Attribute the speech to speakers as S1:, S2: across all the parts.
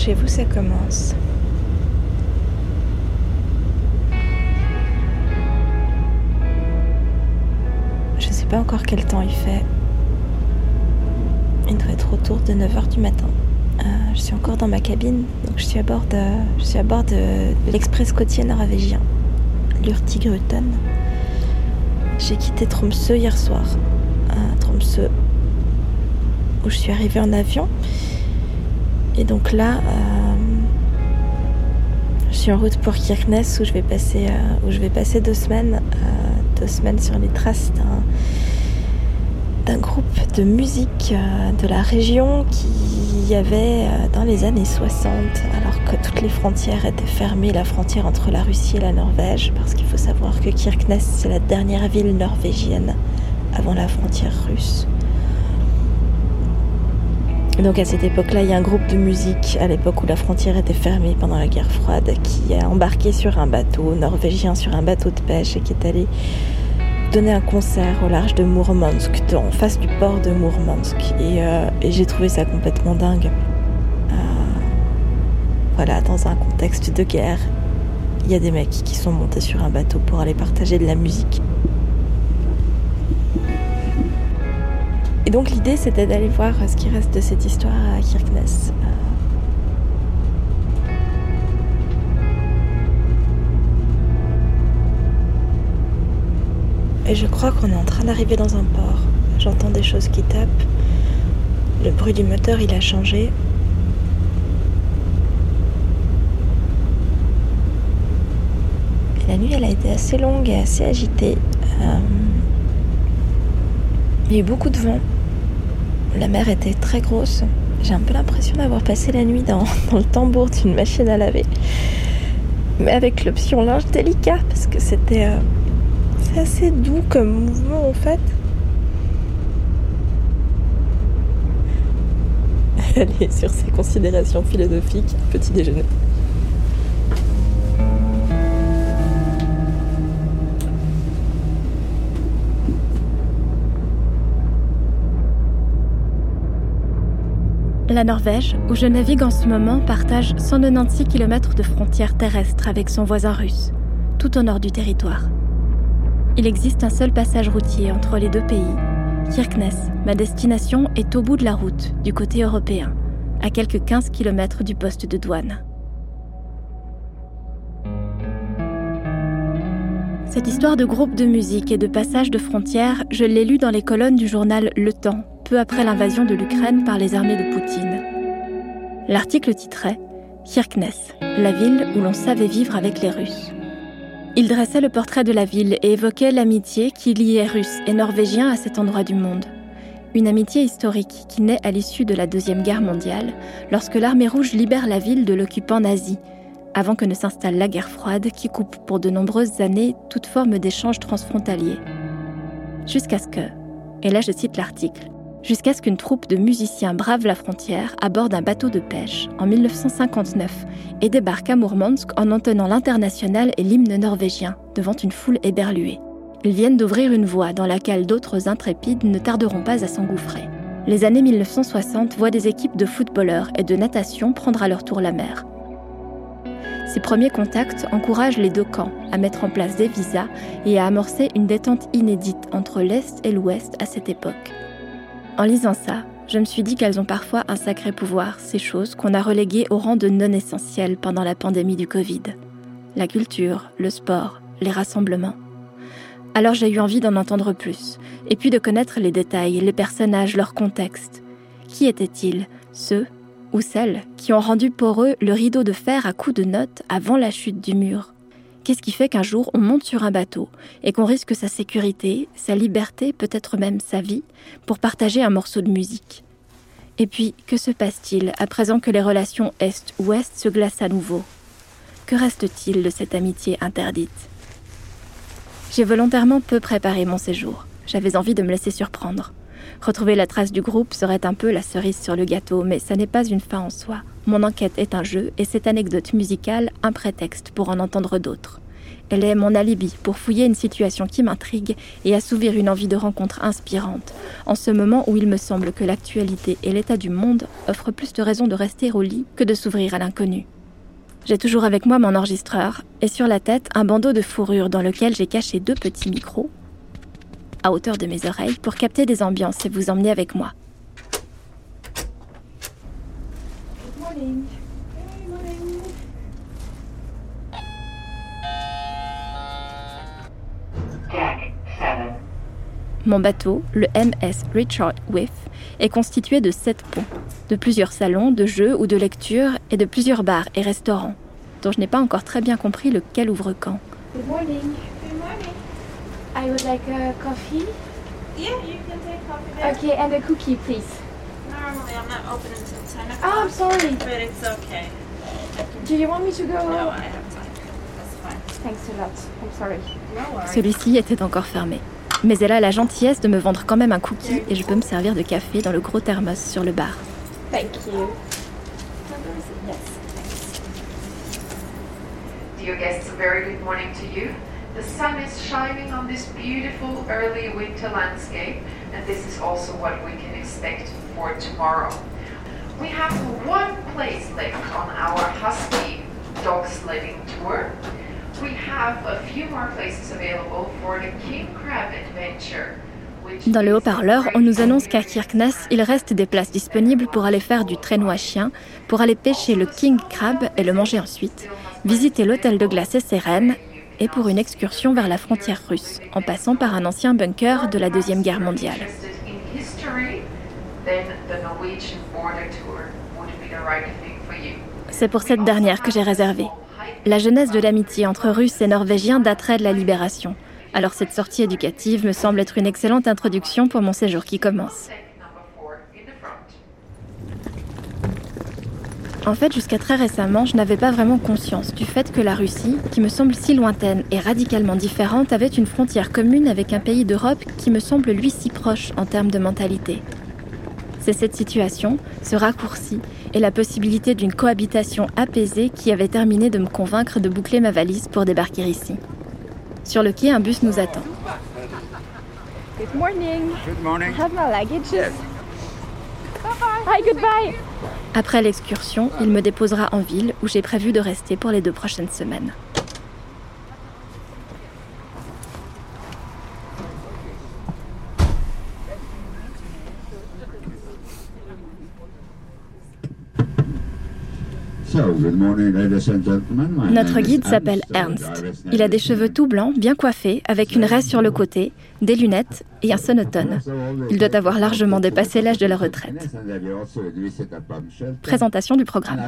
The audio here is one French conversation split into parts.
S1: Accrochez-vous, ça commence. Je ne sais pas encore quel temps il fait. Il doit être autour de 9h du matin. Je suis encore dans ma cabine, donc je suis à bord de l'express côtier norvégien, l'Hurtigruten. J'ai quitté Tromsø hier soir, à Tromsø, où je suis arrivée en avion. Et donc là, je suis en route pour Kirkenes, où je vais passer 2 semaines, 2 semaines sur les traces d'un groupe de musique de la région qui y avait dans les années 60, alors que toutes les frontières étaient fermées, la frontière entre la Russie et la Norvège, parce qu'il faut savoir que Kirkenes, c'est la dernière ville norvégienne avant la frontière russe. Et donc à cette époque-là, il y a un groupe de musique, à l'époque où la frontière était fermée pendant la guerre froide, qui a embarqué sur un bateau norvégien, sur un bateau de pêche, et qui est allé donner un concert au large de Murmansk, en face du port de Murmansk. Et j'ai trouvé ça complètement dingue. Voilà, dans un contexte de guerre, il y a des mecs qui sont montés sur un bateau pour aller partager de la musique. Et donc l'idée, c'était d'aller voir ce qui reste de cette histoire à Kirkenes. Et je crois qu'on est en train d'arriver dans un port. J'entends des choses qui tapent. Le bruit du moteur, il a changé. Et la nuit, elle a été assez longue et assez agitée. Il y a eu beaucoup de vent. La mer était très grosse. J'ai un peu l'impression d'avoir passé la nuit dans le tambour d'une machine à laver. Mais avec l'option linge délicat, parce que c'est assez doux comme mouvement en fait. Allez, sur ces considérations philosophiques, petit déjeuner.
S2: La Norvège, où je navigue en ce moment, partage 196 km de frontières terrestres avec son voisin russe, tout au nord du territoire. Il existe un seul passage routier entre les deux pays. Kirkenes, ma destination, est au bout de la route, du côté européen, à quelques 15 km du poste de douane. Cette histoire de groupe de musique et de passage de frontières, je l'ai lue dans les colonnes du journal Le Temps, peu après l'invasion de l'Ukraine par les armées de Poutine. L'article titrait « Kirkenes, la ville où l'on savait vivre avec les Russes ». Il dressait le portrait de la ville et évoquait l'amitié qui liait Russes et Norvégiens à cet endroit du monde. Une amitié historique qui naît à l'issue de la Deuxième Guerre mondiale, lorsque l'armée rouge libère la ville de l'occupant nazi, avant que ne s'installe la guerre froide qui coupe pour de nombreuses années toute forme d'échange transfrontalier. Jusqu'à ce que, et là je cite l'article, jusqu'à ce qu'une troupe de musiciens brave la frontière à bord d'un bateau de pêche en 1959 et débarque à Murmansk en entonnant l'international et l'hymne norvégien devant une foule éberluée. Ils viennent d'ouvrir une voie dans laquelle d'autres intrépides ne tarderont pas à s'engouffrer. Les années 1960 voient des équipes de footballeurs et de natation prendre à leur tour la mer. Ces premiers contacts encouragent les deux camps à mettre en place des visas et à amorcer une détente inédite entre l'Est et l'Ouest à cette époque. En lisant ça, je me suis dit qu'elles ont parfois un sacré pouvoir, ces choses qu'on a reléguées au rang de non essentielles pendant la pandémie du Covid. La culture, le sport, les rassemblements. Alors j'ai eu envie d'en entendre plus, et puis de connaître les détails, les personnages, leur contexte. Qui étaient-ils, ceux ou celles qui ont rendu poreux le rideau de fer à coups de notes avant la chute du mur? Qu'est-ce qui fait qu'un jour on monte sur un bateau et qu'on risque sa sécurité, sa liberté, peut-être même sa vie, pour partager un morceau de musique? Et puis, que se passe-t-il à présent que les relations Est-Ouest se glacent à nouveau? Que reste-t-il de cette amitié interdite? J'ai volontairement peu préparé mon séjour. J'avais envie de me laisser surprendre. Retrouver la trace du groupe serait un peu la cerise sur le gâteau, mais ça n'est pas une fin en soi. Mon enquête est un jeu et cette anecdote musicale un prétexte pour en entendre d'autres. Elle est mon alibi pour fouiller une situation qui m'intrigue et assouvir une envie de rencontre inspirante, en ce moment où il me semble que l'actualité et l'état du monde offrent plus de raisons de rester au lit que de s'ouvrir à l'inconnu. J'ai toujours avec moi mon enregistreur et sur la tête un bandeau de fourrure dans lequel j'ai caché 2 petits micros à hauteur de mes oreilles pour capter des ambiances et vous emmener avec moi.
S1: Good morning. Good morning.
S2: Jack 7. Mon bateau, le MS Richard Whiff, est constitué de 7 ponts, de plusieurs salons de jeux ou de lecture et de plusieurs bars et restaurants, dont je n'ai pas encore très bien compris lequel ouvre quand.
S1: Good morning. Good morning.
S2: I would like a coffee.
S1: Yeah, you can take coffee there.
S2: Okay, and a cookie, please.
S1: Normally I'm not open until 10 o'clock.
S2: Oh, I'm sorry.
S1: But it's okay.
S2: Do you want me to go?
S1: No, I have time. That's fine.
S2: Thanks a lot. I'm sorry.
S1: No worries.
S2: Celui-ci était encore fermé. Mais elle a la gentillesse de me vendre quand même un cookie et je peux me servir de café dans le gros thermos sur le bar.
S1: Thank you.
S2: Yes.
S3: Dear guests, a very good morning to you. The sun is shining on this beautiful early winter landscape, and this is also what we can expect for tomorrow. We have one place left on our Husky dog sledding tour. We have a few more places available for the King Crab Adventure.
S2: Dans le haut-parleur, on nous annonce qu'à Kirkenes, il reste des places disponibles pour aller faire du traîneau à chien, pour aller pêcher le King Crab et le manger ensuite, visiter l'hôtel de glace et Sérène, et pour une excursion vers la frontière russe, en passant par un ancien bunker de la Deuxième Guerre mondiale. C'est pour cette dernière que j'ai réservé. La jeunesse de l'amitié entre Russes et Norvégiens daterait de la Libération. Alors cette sortie éducative me semble être une excellente introduction pour mon séjour qui commence. En fait, jusqu'à très récemment, je n'avais pas vraiment conscience du fait que la Russie, qui me semble si lointaine et radicalement différente, avait une frontière commune avec un pays d'Europe qui me semble lui si proche en termes de mentalité. C'est cette situation, ce raccourci et la possibilité d'une cohabitation apaisée qui avait terminé de me convaincre de boucler ma valise pour débarquer ici. Sur le quai, un bus nous attend.
S1: Good morning.
S4: Good morning.
S1: I have my luggages. Bye, goodbye.
S2: Après l'excursion, il me déposera en ville où j'ai prévu de rester pour les 2 prochaines semaines. Notre guide s'appelle Ernst. Il a des cheveux tout blancs, bien coiffés, avec une raie sur le côté, des lunettes et un sonotone. Il doit avoir largement dépassé l'âge de la retraite. Présentation du programme.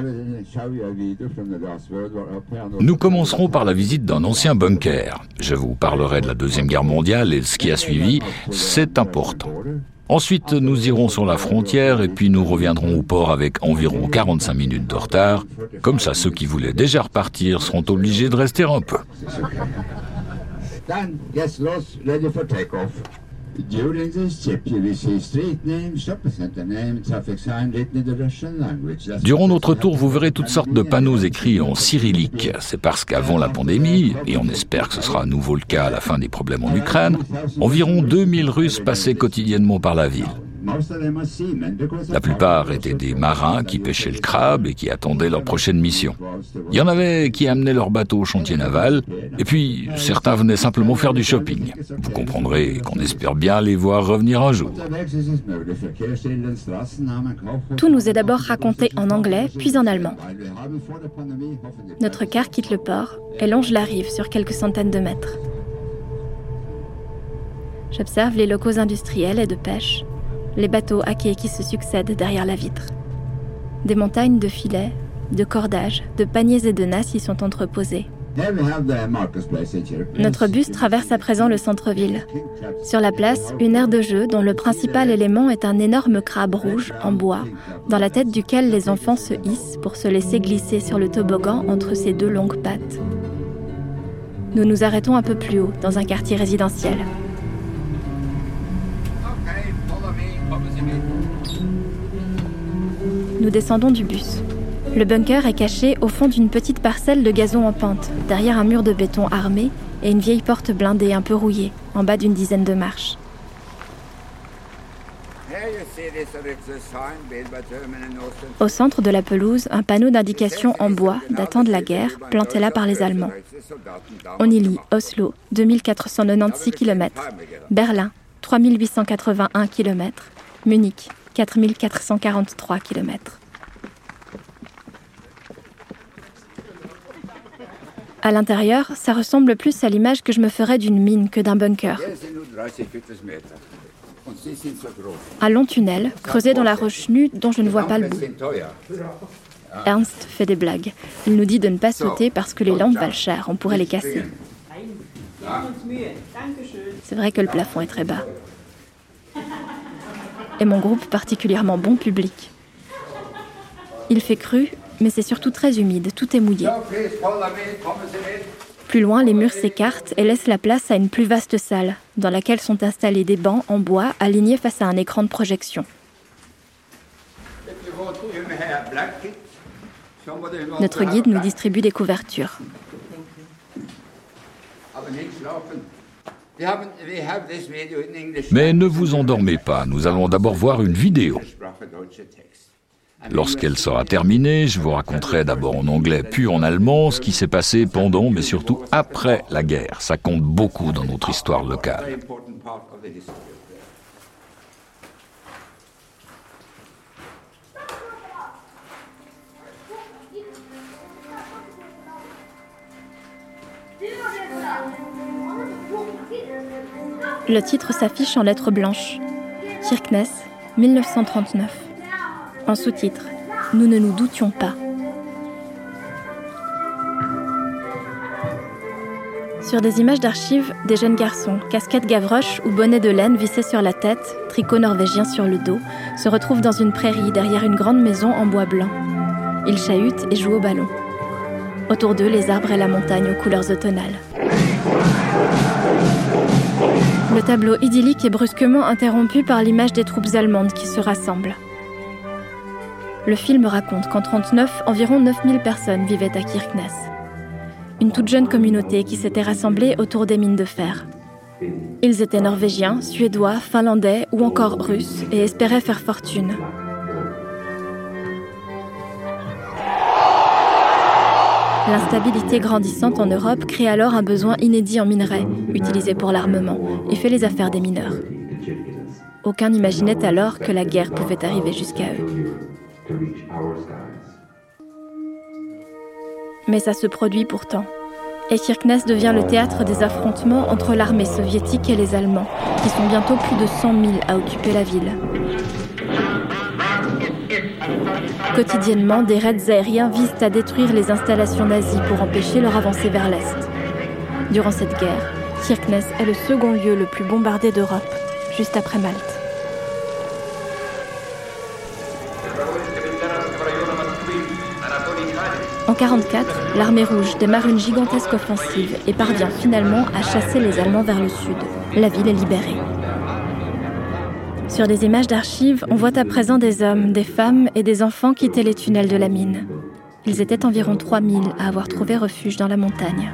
S5: Nous commencerons par la visite d'un ancien bunker. Je vous parlerai de la Deuxième Guerre mondiale et de ce qui a suivi. C'est important. Ensuite, nous irons sur la frontière et puis nous reviendrons au port avec environ 45 minutes de retard. Comme ça, ceux qui voulaient déjà repartir seront obligés de rester un peu. Durant notre tour, vous verrez toutes sortes de panneaux écrits en cyrillique. C'est parce qu'avant la pandémie, et on espère que ce sera à nouveau le cas à la fin des problèmes en Ukraine, environ 2000 Russes passaient quotidiennement par la ville. La plupart étaient des marins qui pêchaient le crabe et qui attendaient leur prochaine mission. Il y en avait qui amenaient leur bateau au chantier naval, et puis certains venaient simplement faire du shopping. Vous comprendrez qu'on espère bien les voir revenir un jour.
S2: Tout nous est d'abord raconté en anglais, puis en allemand. Notre car quitte le port et longe la rive sur quelques centaines de mètres. J'observe les locaux industriels et de pêche, les bateaux à quai qui se succèdent derrière la vitre. Des montagnes de filets, de cordages, de paniers et de nasses y sont entreposés. Notre bus traverse à présent le centre-ville. Sur la place, une aire de jeu dont le principal élément est un énorme crabe rouge en bois, dans la tête duquel les enfants se hissent pour se laisser glisser sur le toboggan entre ses 2 longues pattes. Nous nous arrêtons un peu plus haut, dans un quartier résidentiel. Nous descendons du bus. Le bunker est caché au fond d'une petite parcelle de gazon en pente, derrière un mur de béton armé et une vieille porte blindée un peu rouillée, en bas d'une dizaine de marches. Au centre de la pelouse, un panneau d'indication en bois datant de la guerre, planté là par les Allemands. On y lit Oslo, 2496 km, Berlin, 3881 km, Munich, 4443 km. À l'intérieur, ça ressemble plus à l'image que je me ferais d'une mine que d'un bunker. Un long tunnel, creusé dans la roche nue dont je ne vois pas le bout. Ernst fait des blagues. Il nous dit de ne pas sauter parce que les lampes valent cher, on pourrait les casser. C'est vrai que le plafond est très bas. Et mon groupe particulièrement bon public. Il fait cru, mais c'est surtout très humide, tout est mouillé. Plus loin, les murs s'écartent et laissent la place à une plus vaste salle, dans laquelle sont installés des bancs en bois alignés face à un écran de projection. Notre guide nous distribue des couvertures.
S5: Mais ne vous endormez pas, nous allons d'abord voir une vidéo. Lorsqu'elle sera terminée, je vous raconterai d'abord en anglais puis en allemand ce qui s'est passé pendant, mais surtout après la guerre. Ça compte beaucoup dans notre histoire locale.
S2: Le titre s'affiche en lettres blanches. Kirkenes, 1939. En sous-titre, nous ne nous doutions pas. Sur des images d'archives, des jeunes garçons, casquettes Gavroche ou bonnets de laine vissés sur la tête, tricot norvégien sur le dos, se retrouvent dans une prairie derrière une grande maison en bois blanc. Ils chahutent et jouent au ballon. Autour d'eux, les arbres et la montagne aux couleurs automnales. Le tableau idyllique est brusquement interrompu par l'image des troupes allemandes qui se rassemblent. Le film raconte qu'en 1939, environ 9000 personnes vivaient à Kirkenes. Une toute jeune communauté qui s'était rassemblée autour des mines de fer. Ils étaient norvégiens, suédois, finlandais ou encore russes et espéraient faire fortune. L'instabilité grandissante en Europe crée alors un besoin inédit en minerais, utilisés pour l'armement, et fait les affaires des mineurs. Aucun n'imaginait alors que la guerre pouvait arriver jusqu'à eux. Mais ça se produit pourtant. Et Kirkenes devient le théâtre des affrontements entre l'armée soviétique et les Allemands, qui sont bientôt plus de 100 000 à occuper la ville. Quotidiennement, des raids aériens visent à détruire les installations nazies pour empêcher leur avancée vers l'Est. Durant cette guerre, Kirkenes est le second lieu le plus bombardé d'Europe, juste après Malte. En 1944, l'armée rouge démarre une gigantesque offensive et parvient finalement à chasser les Allemands vers le sud. La ville est libérée. Sur des images d'archives, on voit à présent des hommes, des femmes et des enfants quitter les tunnels de la mine. Ils étaient environ 3000 à avoir trouvé refuge dans la montagne.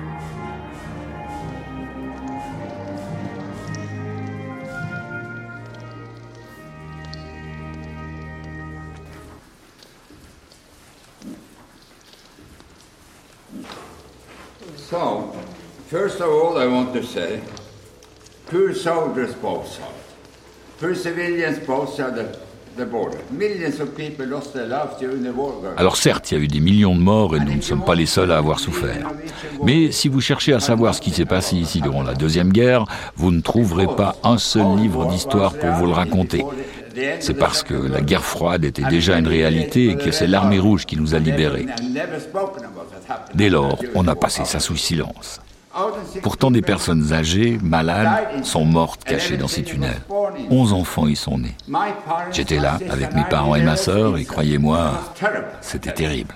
S4: So, first of all, I want to say, poor soldiers both sides. Poor civilians both sides of the border. Millions of people lost their lives during the war.
S5: Alors certes, il y a eu des millions de morts et nous ne sommes pas les seuls à avoir souffert. Mais si vous cherchez à savoir ce qui s'est passé ici durant la Deuxième Guerre, vous ne trouverez pas un seul livre d'histoire pour vous le raconter. C'est parce que la guerre froide était déjà une réalité et que c'est l'armée rouge qui nous a libérés. Dès lors, on a passé ça sous silence. Pourtant, des personnes âgées, malades, sont mortes cachées dans ces tunnels. 11 enfants y sont nés. J'étais là avec mes parents et ma sœur et croyez-moi, c'était terrible.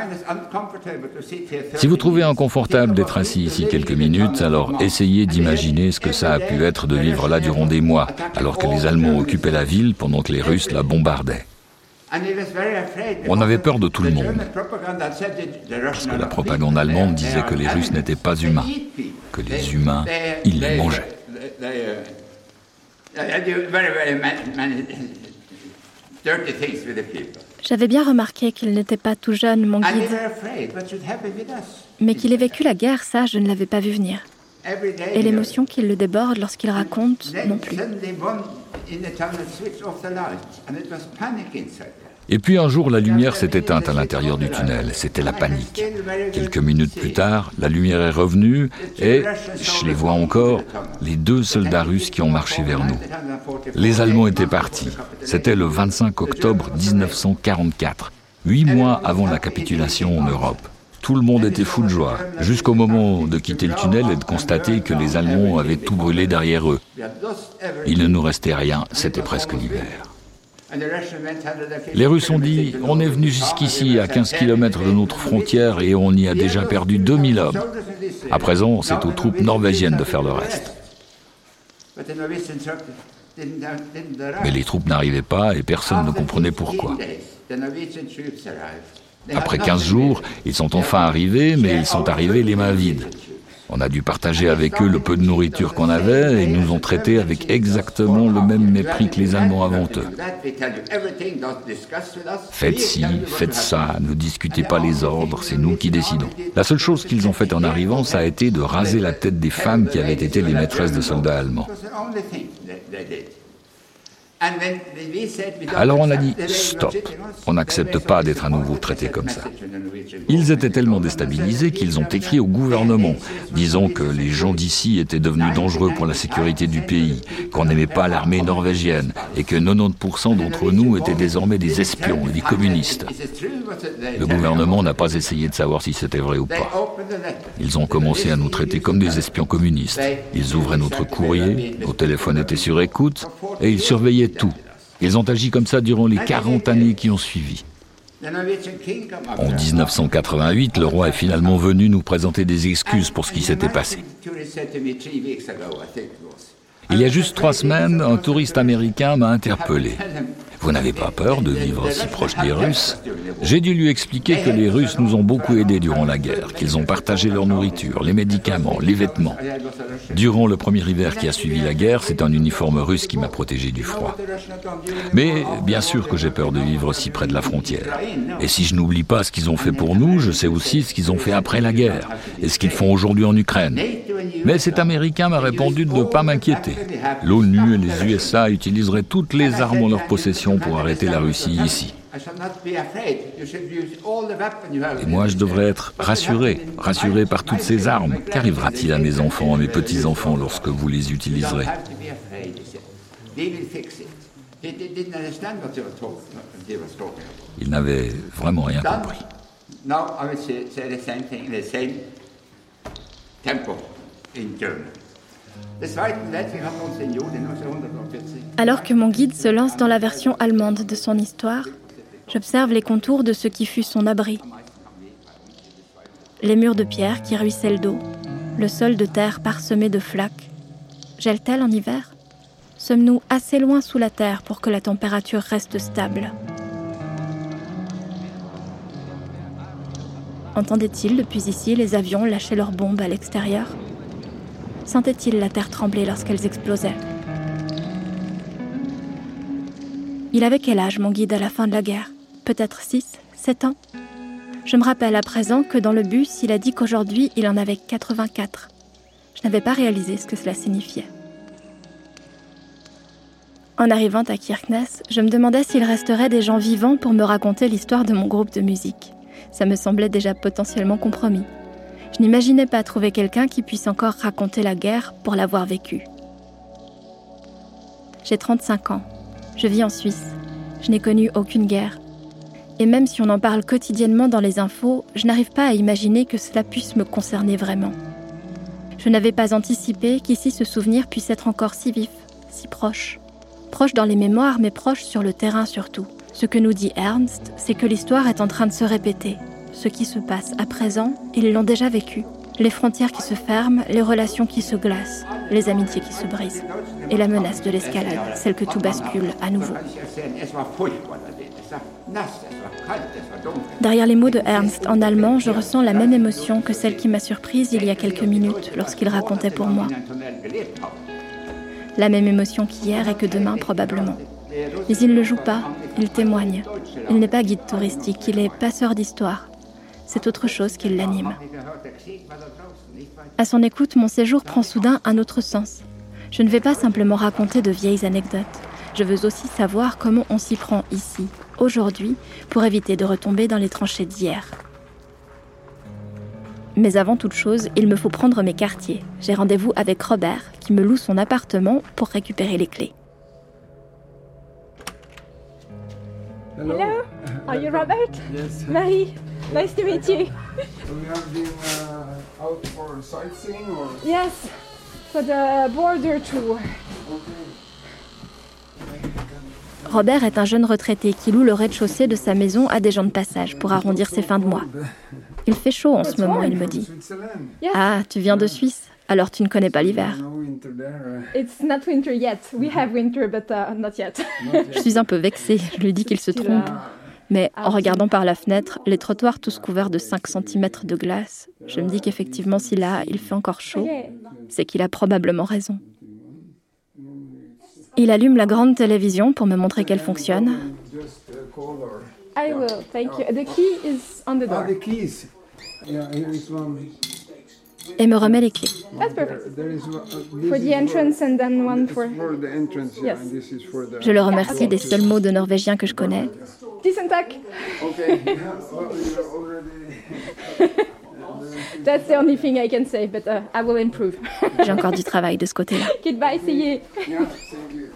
S5: Si vous trouvez inconfortable d'être assis ici quelques minutes, alors essayez d'imaginer ce que ça a pu être de vivre là durant des mois, alors que les Allemands occupaient la ville pendant que les Russes la bombardaient. On avait peur de tout le monde, parce que la propagande allemande disait que les Russes n'étaient pas humains, que les humains, ils les mangeaient.
S2: J'avais bien remarqué qu'il n'était pas tout jeune, mon guide. Mais qu'il ait vécu la guerre, ça, je ne l'avais pas vu venir. Et l'émotion qui le déborde lorsqu'il raconte, non plus.
S5: Et puis un jour, la lumière s'est éteinte à l'intérieur du tunnel. C'était la panique. Quelques minutes plus tard, la lumière est revenue et, je les vois encore, les 2 soldats russes qui ont marché vers nous. Les Allemands étaient partis. C'était le 25 octobre 1944, 8 mois avant la capitulation en Europe. Tout le monde était fou de joie, jusqu'au moment de quitter le tunnel et de constater que les Allemands avaient tout brûlé derrière eux. Il ne nous restait rien, c'était presque l'hiver. Les Russes ont dit « On est venu jusqu'ici, à 15 km de notre frontière, et on y a déjà perdu 2000 hommes. À présent, c'est aux troupes norvégiennes de faire le reste. » Mais les troupes n'arrivaient pas et personne ne comprenait pourquoi. Après 15 jours, ils sont enfin arrivés, mais ils sont arrivés les mains vides. On a dû partager avec eux le peu de nourriture qu'on avait et ils nous ont traités avec exactement le même mépris que les Allemands avant eux. Faites ci, faites ça, ne discutez pas les ordres, c'est nous qui décidons. La seule chose qu'ils ont faite en arrivant, ça a été de raser la tête des femmes qui avaient été les maîtresses de soldats allemands. Alors on a dit « Stop, on n'accepte pas d'être à nouveau traités comme ça ». Ils étaient tellement déstabilisés qu'ils ont écrit au gouvernement, disant que les gens d'ici étaient devenus dangereux pour la sécurité du pays, qu'on n'aimait pas l'armée norvégienne et que 90% d'entre nous étaient désormais des espions et des communistes. Le gouvernement n'a pas essayé de savoir si c'était vrai ou pas. Ils ont commencé à nous traiter comme des espions communistes. Ils ouvraient notre courrier, nos téléphones étaient sur écoute et ils surveillaient tout. Ils ont agi comme ça durant les 40 années qui ont suivi. En 1988, le roi est finalement venu nous présenter des excuses pour ce qui s'était passé. Il y a juste 3 semaines, un touriste américain m'a interpellé. « Vous n'avez pas peur de vivre si proche des Russes ?» J'ai dû lui expliquer que les Russes nous ont beaucoup aidés durant la guerre, qu'ils ont partagé leur nourriture, les médicaments, les vêtements. Durant le premier hiver qui a suivi la guerre, c'est un uniforme russe qui m'a protégé du froid. Mais bien sûr que j'ai peur de vivre si près de la frontière. Et si je n'oublie pas ce qu'ils ont fait pour nous, je sais aussi ce qu'ils ont fait après la guerre, et ce qu'ils font aujourd'hui en Ukraine. Mais cet Américain m'a répondu de ne pas m'inquiéter. L'ONU et les USA utiliseraient toutes les armes en leur possession pour arrêter la Russie ici. Et moi, je devrais être rassuré par toutes ces armes. Qu'arrivera-t-il à mes enfants, à mes petits-enfants lorsque vous les utiliserez ? Ils n'avaient vraiment rien compris.
S2: Alors que mon guide se lance dans la version allemande de son histoire, j'observe les contours de ce qui fut son abri. Les murs de pierre qui ruissellent d'eau, le sol de terre parsemé de flaques. Gèle-t-elle en hiver ? Sommes-nous assez loin sous la terre pour que la température reste stable ? Entendait-il depuis ici les avions lâcher leurs bombes à l'extérieur ? Sentait-il la terre trembler lorsqu'elles explosaient ? Il avait quel âge, mon guide, à la fin de la guerre ? Peut-être 6, 7 ans ? Je me rappelle à présent que dans le bus, il a dit qu'aujourd'hui, il en avait 84. Je n'avais pas réalisé ce que cela signifiait. En arrivant à Kirkenes, je me demandais s'il resterait des gens vivants pour me raconter l'histoire de mon groupe de musique. Ça me semblait déjà potentiellement compromis. Je n'imaginais pas trouver quelqu'un qui puisse encore raconter la guerre pour l'avoir vécue. J'ai 35 ans. Je vis en Suisse. Je n'ai connu aucune guerre. Et même si on en parle quotidiennement dans les infos, je n'arrive pas à imaginer que cela puisse me concerner vraiment. Je n'avais pas anticipé qu'ici ce souvenir puisse être encore si vif, si proche. Proche dans les mémoires, mais proche sur le terrain surtout. Ce que nous dit Ernst, c'est que l'histoire est en train de se répéter. Ce qui se passe à présent, ils l'ont déjà vécu. Les frontières qui se ferment, les relations qui se glacent. les amitiés qui se brisent, et la menace de l'escalade, celle que tout bascule à nouveau. Derrière les mots de Ernst en allemand, je ressens la même émotion que celle qui m'a surprise il y a quelques minutes lorsqu'il racontait pour moi. La même émotion qu'hier et que demain probablement. Mais il ne joue pas, il témoigne. Il n'est pas guide touristique, il est passeur d'histoire. C'est autre chose qui l'anime. À son écoute, mon séjour prend soudain un autre sens. Je ne vais pas simplement raconter de vieilles anecdotes. Je veux aussi savoir comment on s'y prend ici, aujourd'hui, pour éviter de retomber dans les tranchées d'hier. Mais avant toute chose, il me faut prendre mes quartiers. J'ai rendez-vous avec Robert, qui me loue son appartement pour récupérer les clés.
S6: Hello, are you Robert?
S7: Yes.
S6: Marie, nice to meet you.
S7: So we have been out for sightseeing or?
S6: Yes, for the border tour.
S2: Robert est un jeune retraité qui loue le rez-de-chaussée de sa maison à des gens de passage pour arrondir ses fins de mois. Il fait chaud en ce moment, il me dit.
S6: Yes.
S2: Ah, tu viens de Suisse? Alors tu ne connais pas l'hiver.
S6: It's not winter yet. We have winter, but not yet.
S2: Je suis un peu vexée, je lui dis qu'il se trompe. Mais en regardant par la fenêtre, les trottoirs tous couverts de 5 cm de glace, je me dis qu'effectivement, si là, il fait encore chaud, c'est qu'il a probablement raison. Il allume la grande télévision pour me montrer qu'elle fonctionne.
S6: I will, thank you. The key is on the door.
S7: The keys. Yeah, here is one.
S2: Et me remet les clés.
S6: That's perfect.
S7: There is
S6: For the entrance and then one for...
S7: for the entrance. Yeah,
S6: Yes.
S7: and this is for the.
S2: Je le remercie des seuls mots de norvégien que je connais.
S6: Decent talk.
S7: Okay. Yeah, well, you're already.
S6: That's the only thing I can say, but I will improve.
S2: J'ai encore du travail de ce côté-là.
S6: Goodbye, see you.
S7: Yeah, thank you.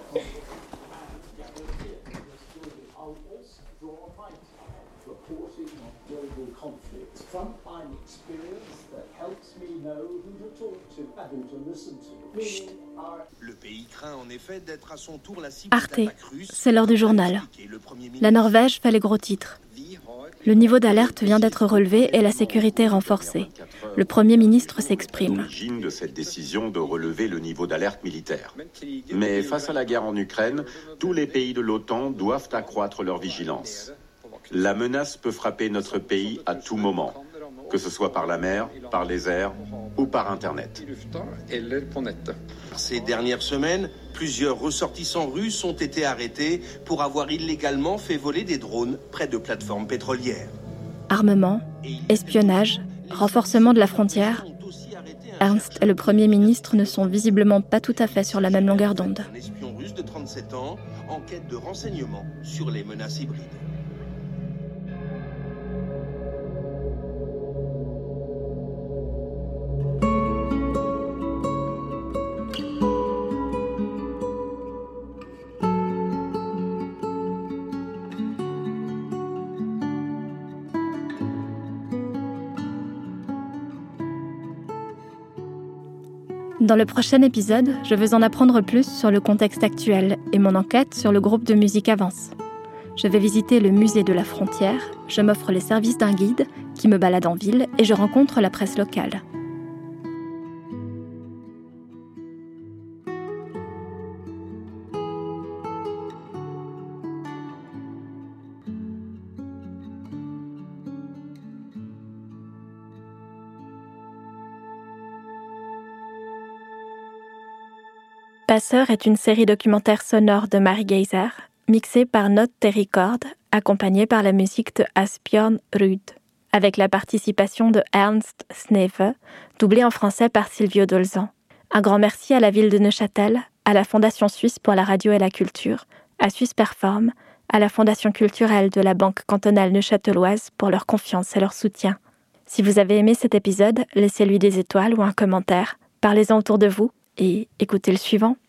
S8: Le pays craint en effet d'être à son tour la cible
S2: Arte,
S8: d'attaques russes.
S2: c'est l'heure du journal. La Norvège fait les gros titres. Le niveau d'alerte vient d'être relevé et la sécurité renforcée. Le Premier ministre s'exprime.
S9: L'origine de cette décision de relever le niveau d'alerte militaire. Mais face à la guerre en Ukraine, tous les pays de l'OTAN doivent accroître leur vigilance. La menace peut frapper notre pays à tout moment, que ce soit par la mer, par les airs ou par Internet.
S8: Ces dernières semaines, plusieurs ressortissants russes ont été arrêtés pour avoir illégalement fait voler des drones près de plateformes pétrolières.
S2: Armement, espionnage, renforcement de la frontière. Ernst et le Premier ministre ne sont visiblement pas tout à fait sur la même longueur d'onde.
S8: Un espion russe de 37 ans en quête de renseignements sur les menaces hybrides.
S2: Dans le prochain épisode, je veux en apprendre plus sur le contexte actuel et mon enquête sur le groupe de musique avance. Je vais visiter le musée de la frontière, je m'offre les services d'un guide qui me balade en ville et je rencontre la presse locale. Passeur est une série documentaire sonore de Marie Geyser, mixée par Note Terricord, accompagnée par la musique de Asbjørn Ruud, avec la participation de Ernst Sneve, doublée en français par Silvio Dolzan. Un grand merci à la ville de Neuchâtel, à la Fondation Suisse pour la radio et la culture, à Suisse Perform, à la Fondation culturelle de la Banque cantonale neuchâteloise pour leur confiance et leur soutien. Si vous avez aimé cet épisode, laissez-lui des étoiles ou un commentaire, parlez-en autour de vous et écoutez le suivant.